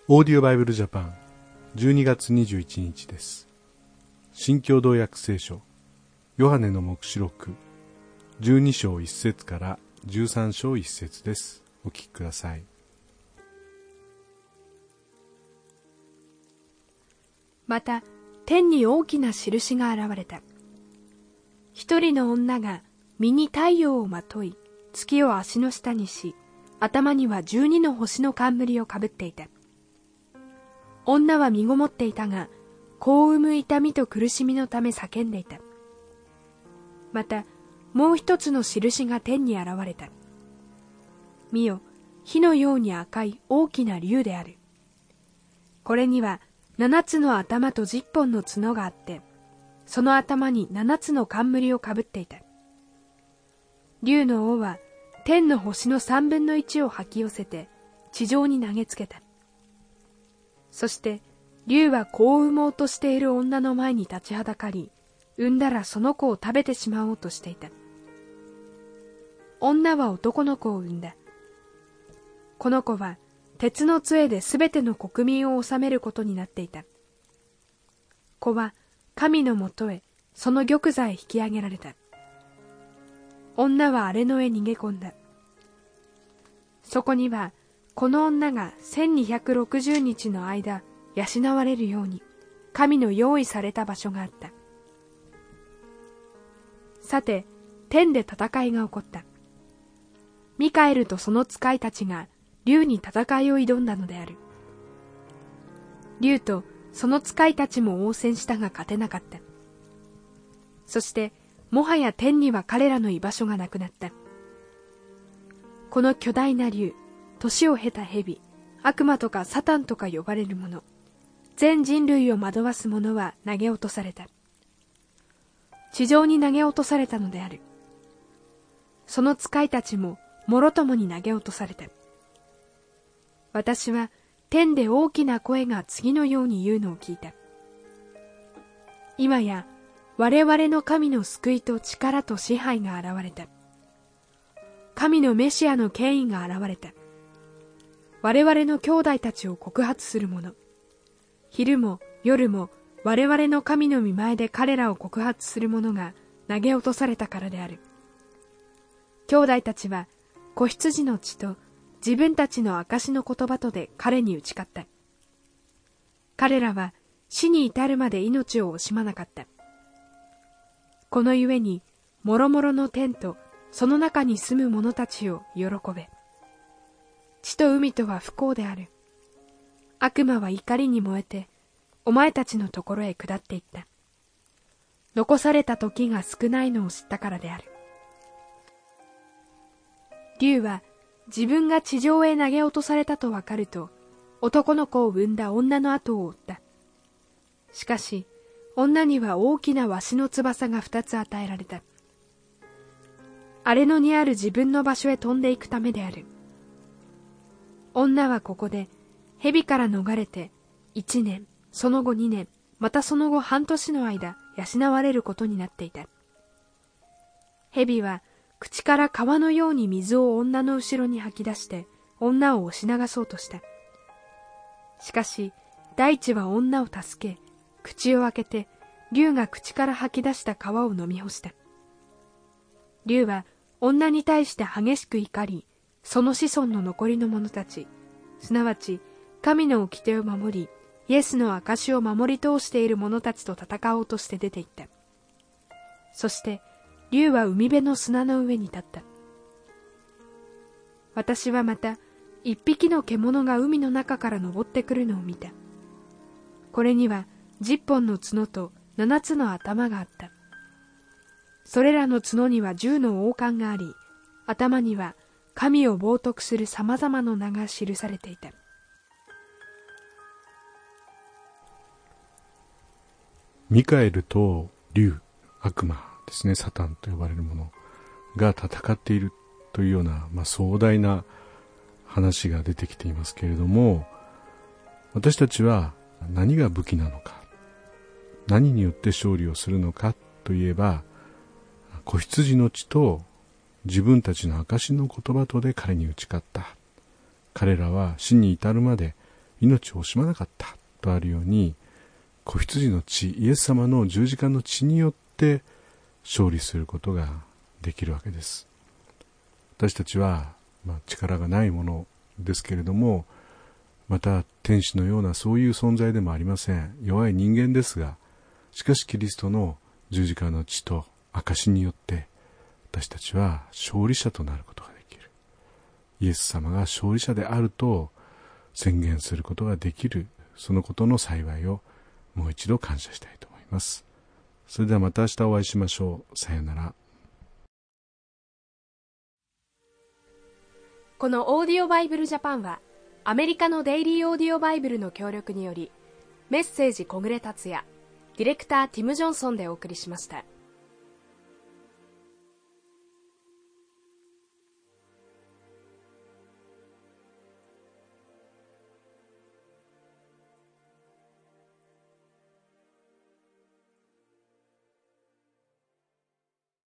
オーディオバイブルジャパン12月21日です。新共同訳聖書ヨハネの黙示録12章1節から13章1節です。お聞きください。 また天に大きな印が現れた。一人の女が身に太陽をまとい、月を足の下にし、頭には12の星の冠をかぶっていた。女は身ごもっていたが、子を産む痛みと苦しみのため叫んでいた。またもう一つの印が天に現れた。見よ、火のように赤い大きな竜である。これには7つの頭と10本の角があって、その頭に7つの冠をかぶっていた。竜の王は天の星の3分の1を吐き寄せて地上に投げつけた。そして竜は子を産もうとしている女の前に立ちはだかり、産んだらその子を食べてしまおうとしていた。女は男の子を産んだ。この子は鉄の杖ですべての国民を治めることになっていた。子は神のもとへその玉座へ引き上げられた。女は荒れ野へ逃げ込んだ。そこにはこの女が1260日の間養われるように神の用意された場所があった。さて天で戦いが起こった。ミカエルとその使いたちが竜に戦いを挑んだのである。竜とその使いたちも応戦したが勝てなかった。そしてもはや天には彼らの居場所がなくなった。この巨大な竜、年を経た蛇、悪魔とかサタンとか呼ばれる者、全人類を惑わす者は投げ落とされた。地上に投げ落とされたのである。その使いたちももろともに投げ落とされた。私は天で大きな声が次のように言うのを聞いた。今や我々の神の救いと力と支配が現れた。神のメシアの権威が現れた。我々の兄弟たちを告発する者、昼も夜も我々の神の御前で彼らを告発する者が投げ落とされたからである。兄弟たちは子羊の血と自分たちの証の言葉とで彼に打ち勝った。彼らは死に至るまで命を惜しまなかった。このゆえにもろもろの天とその中に住む者たちを喜べ。地と海とは不幸である。悪魔は怒りに燃えてお前たちのところへ下っていった。残された時が少ないのを知ったからである。竜は自分が地上へ投げ落とされたとわかると、男の子を産んだ女の後を追った。しかし女には大きなワシの翼が2つ与えられた。荒れ野にある自分の場所へ飛んでいくためである。女はここで蛇から逃れて1年、その後2年、またその後半年の間養われることになっていた。蛇は口から川のように水を女の後ろに吐き出して女を押し流そうとした。しかし大地は女を助け、口を開けて竜が口から吐き出した川を飲み干した。竜は女に対して激しく怒り、その子孫の残りの者たち、すなわち神の掟を守り、イエスの証を守り通している者たちと戦おうとして出て行った。そして竜は海辺の砂の上に立った。私はまた一匹の獣が海の中から登ってくるのを見た。これには10本の角と7つの頭があった。それらの角には10の王冠があり、頭には神を冒涜するさまざまな名が記されていた。 ミカエルと竜、悪魔ですね、サタンと呼ばれるものが戦っているというような、壮大な話が出てきていますけれども、私たちは何が武器なのか、何によって勝利をするのかといえば、子羊の血と自分たちの証の言葉とで彼に打ち勝った。彼らは死に至るまで命を惜しまなかったとあるように、子羊の血、イエス様の十字架の血によって勝利することができるわけです。私たちは、力がないものですけれども、また天使のようなそういう存在でもありません。弱い人間ですが、しかしキリストの十字架の血と証によって私たちは勝利者となることができる。イエス様が勝利者であると宣言することができる、そのことの幸いをもう一度感謝したいと思います。それではまた明日お会いしましょう。さようなら。 このオーディオバイブルジャパンはアメリカのデイリーオーディオバイブルの協力により、メッセージ小暮達也、ディレクターティム・ジョンソンでお送りしました。